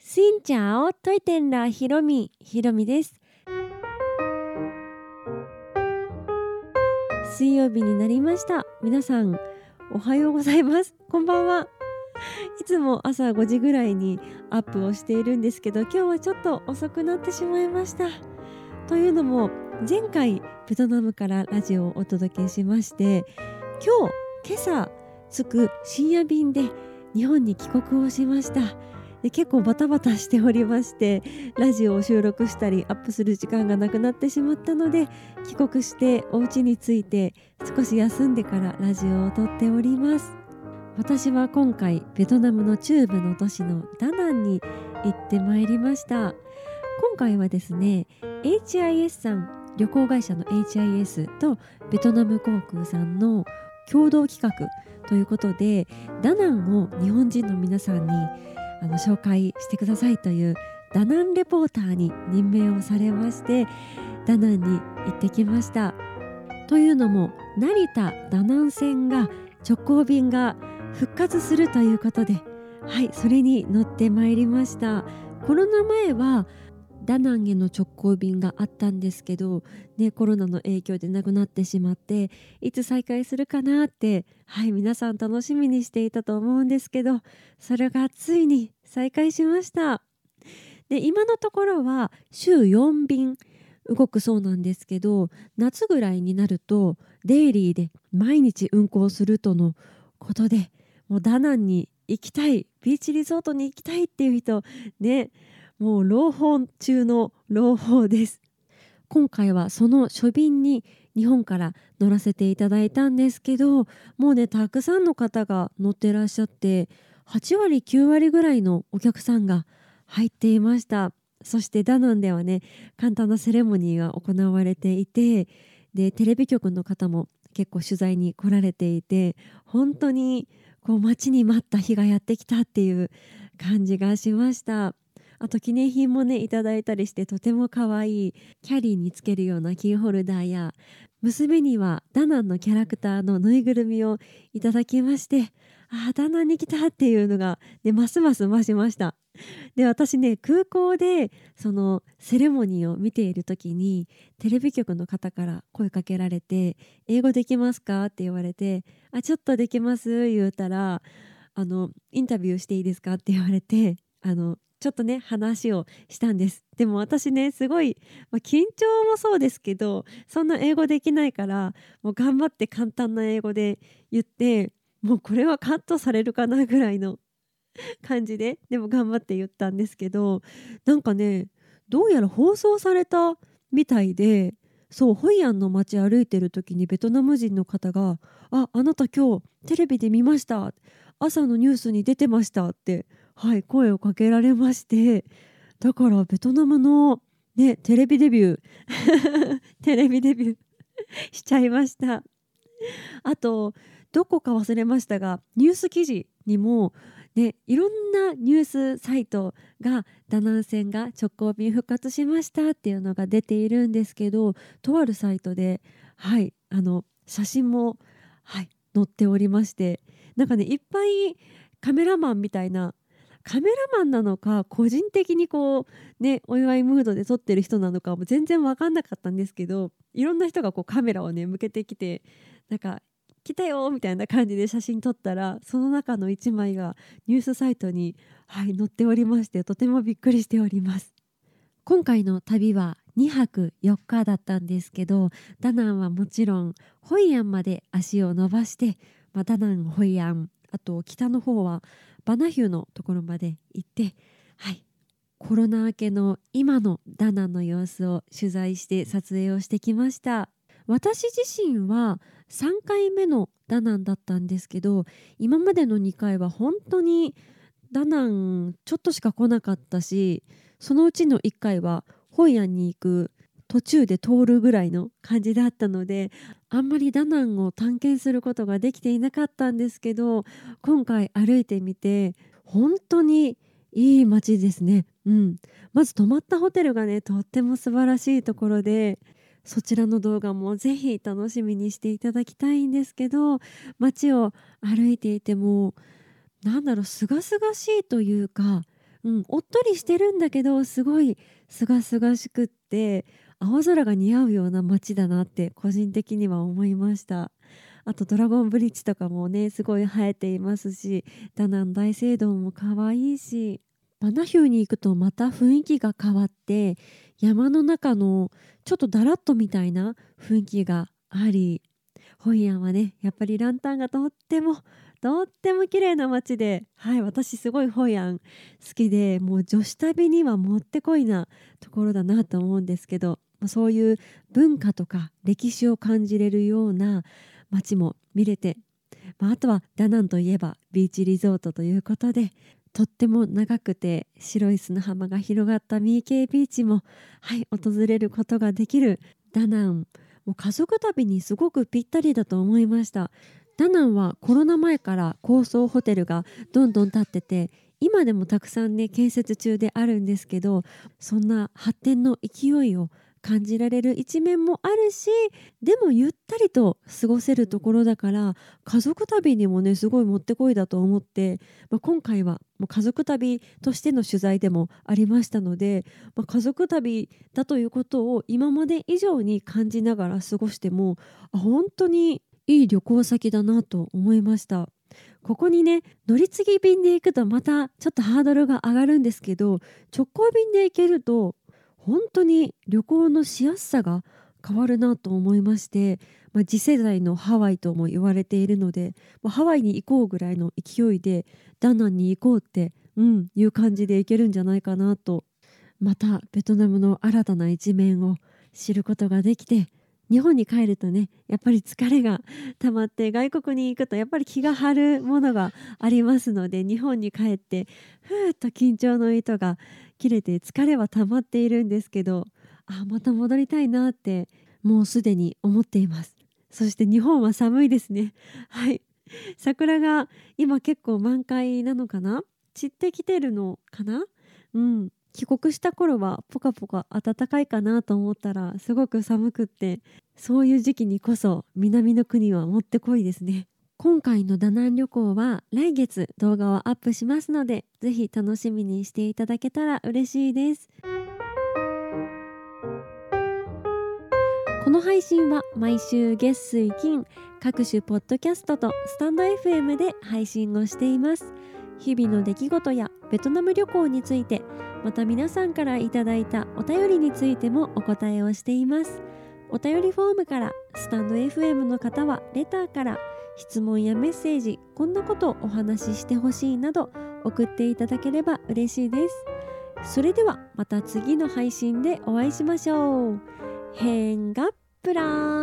Xin chào, tôi tên là Hiromi. Hiromi です。水曜日になりました。皆さん、おはようございます。こんばんは。いつも朝5時ぐらいにアップをしているんですけど、今日はちょっと遅くなってしまいました。というのも、前回ベトナムからラジオをお届けしまして、今朝着く深夜便で日本に帰国をしました。で結構バタバタしておりまして、ラジオを収録したりアップする時間がなくなってしまったので、帰国してお家に着いて少し休んでからラジオを撮っております。私は今回ベトナムの中部の都市のダナンに行ってまいりました。今回はですね、 HIS さん、旅行会社の HIS とベトナム航空さんの共同企画ということで、ダナンを日本人の皆さんに紹介してくださいというダナンレポーターに任命をされまして、ダナンに行ってきました。というのも、成田ダナン線が直行便が復活するということで、はい、それに乗ってまいりました。コロナ前はダナンへの直行便があったんですけど、ね、コロナの影響でなくなってしまって、いつ再開するかなって、はい、皆さん楽しみにしていたと思うんですけど、それがついに再開しました。で、今のところは週4便動くそうなんですけど、夏ぐらいになるとデイリーで毎日運行するとのことで、もうダナンに行きたい、ビーチリゾートに行きたいっていう人ね、もう朗報中の朗報です。今回はその初便に日本から乗らせていただいたんですけど、もうね、たくさんの方が乗ってらっしゃって、8割9割ぐらいのお客さんが入っていました。そしてダナンではね、簡単なセレモニーが行われていて、でテレビ局の方も結構取材に来られていて、本当にこう待ちに待った日がやってきたっていう感じがしました。あと記念品もね、いただいたりして、とても可愛いキャリーにつけるようなキーホルダーや、娘にはダナンのキャラクターのぬいぐるみをいただきまして、ダナンに来たっていうのが、ね、ますます増しました。で、私ね、空港でそのセレモニーを見ている時にテレビ局の方から声かけられて、英語できますかって言われて、ちょっとできます言うたら、インタビューしていいですかって言われて、ちょっとね、話をしたんです。でも私ね、すごい、緊張もそうですけど、そんな英語できないから、もう頑張って簡単な英語で言って、もうこれはカットされるかなぐらいの感じで、でも頑張って言ったんですけど、なんかね、どうやら放送されたみたいで、そう、ホイアンの街歩いてる時にベトナム人の方が、あなた今日テレビで見ました。朝のニュースに出てましたって、はい、声をかけられまして、だからベトナムのね、テレビデビューテレビデビューしちゃいました。あと、どこか忘れましたが、ニュース記事にも、ね、いろんなニュースサイトがダナン線が直行便復活しましたっていうのが出ているんですけど、とあるサイトで、はい、写真も、はい、載っておりまして、なんかね、いっぱいカメラマンみたいな、カメラマンなのか個人的にこうね、お祝いムードで撮ってる人なのかも全然分かんなかったんですけど、いろんな人がこうカメラをね向けてきて、なんか来たよみたいな感じで写真撮ったら、その中の1枚がニュースサイトに、はい、載っておりまして、とてもびっくりしております。今回の旅は2泊4日だったんですけど、ダナンはもちろんホイアンまで足を伸ばして、ダナン、ホイアン、あと北の方はバナヒューのところまで行って、はい、コロナ明けの今のダナンの様子を取材して撮影をしてきました。私自身は3回目のダナンだったんですけど、今までの2回は本当にダナンちょっとしか来なかったし、そのうちの1回はホイアンに行く途中で通るぐらいの感じだったので、あんまりダナンを探検することができていなかったんですけど、今回歩いてみて本当にいい街ですね。まず泊まったホテルがね、とっても素晴らしいところで、そちらの動画もぜひ楽しみにしていただきたいんですけど、街を歩いていても、なんだろう、清々しいというか、 おっとりしてるんだけどすごい清々しくって青空が似合うような街だなって個人的には思いました。あとドラゴンブリッジとかもねすごい生えていますし、ダナン大聖堂も可愛いし、バナヒューに行くとまた雰囲気が変わって、山の中のちょっとダラッとみたいな雰囲気があり、ホイアンはねやっぱりランタンがとっても綺麗な街で、はい、私すごいホイアン好きで、もう女子旅にはもってこいなところだなと思うんですけど、そういう文化とか歴史を感じれるような街も見れて、あとはダナンといえばビーチリゾートということで、とっても長くて白い砂浜が広がったミーケービーチも、はい、訪れることができるダナン、もう家族旅にすごくぴったりだと思いました。ダナンはコロナ前から高層ホテルがどんどん建ってて、今でもたくさんね建設中であるんですけど、そんな発展の勢いを感じられる一面もあるし、でもゆったりと過ごせるところだから、家族旅にもねすごいもってこいだと思って、今回はもう家族旅としての取材でもありましたので、家族旅だということを今まで以上に感じながら過ごしても、本当にいい旅行先だなと思いました。ここにね乗り継ぎ便で行くとまたちょっとハードルが上がるんですけど、直行便で行けると本当に旅行のしやすさが変わるなと思いまして、次世代のハワイとも言われているので、ハワイに行こうぐらいの勢いでダナンに行こうって、いう感じで行けるんじゃないかなと。またベトナムの新たな一面を知ることができて、日本に帰るとねやっぱり疲れが溜まって、外国に行くとやっぱり気が張るものがありますので、日本に帰ってふーっと緊張の糸が切れて疲れは溜まっているんですけど、また戻りたいなってもうすでに思っています。そして日本は寒いですね。はい、桜が今結構満開なのかな、散ってきてるのかな。帰国した頃はポカポカ暖かいかなと思ったらすごく寒くって、そういう時期にこそ南の国はもってこいですね。今回のダナン旅行は来月動画をアップしますので、ぜひ楽しみにしていただけたら嬉しいです。この配信は毎週月水金各種ポッドキャストとスタンド FM で配信をしています。日々の出来事やベトナム旅行について、また皆さんからいただいたお便りについてもお答えをしています。お便りフォームから、スタンド FM の方はレターから質問やメッセージ、こんなことをお話ししてほしいなど送っていただければ嬉しいです。それではまた次の配信でお会いしましょう。変がプラー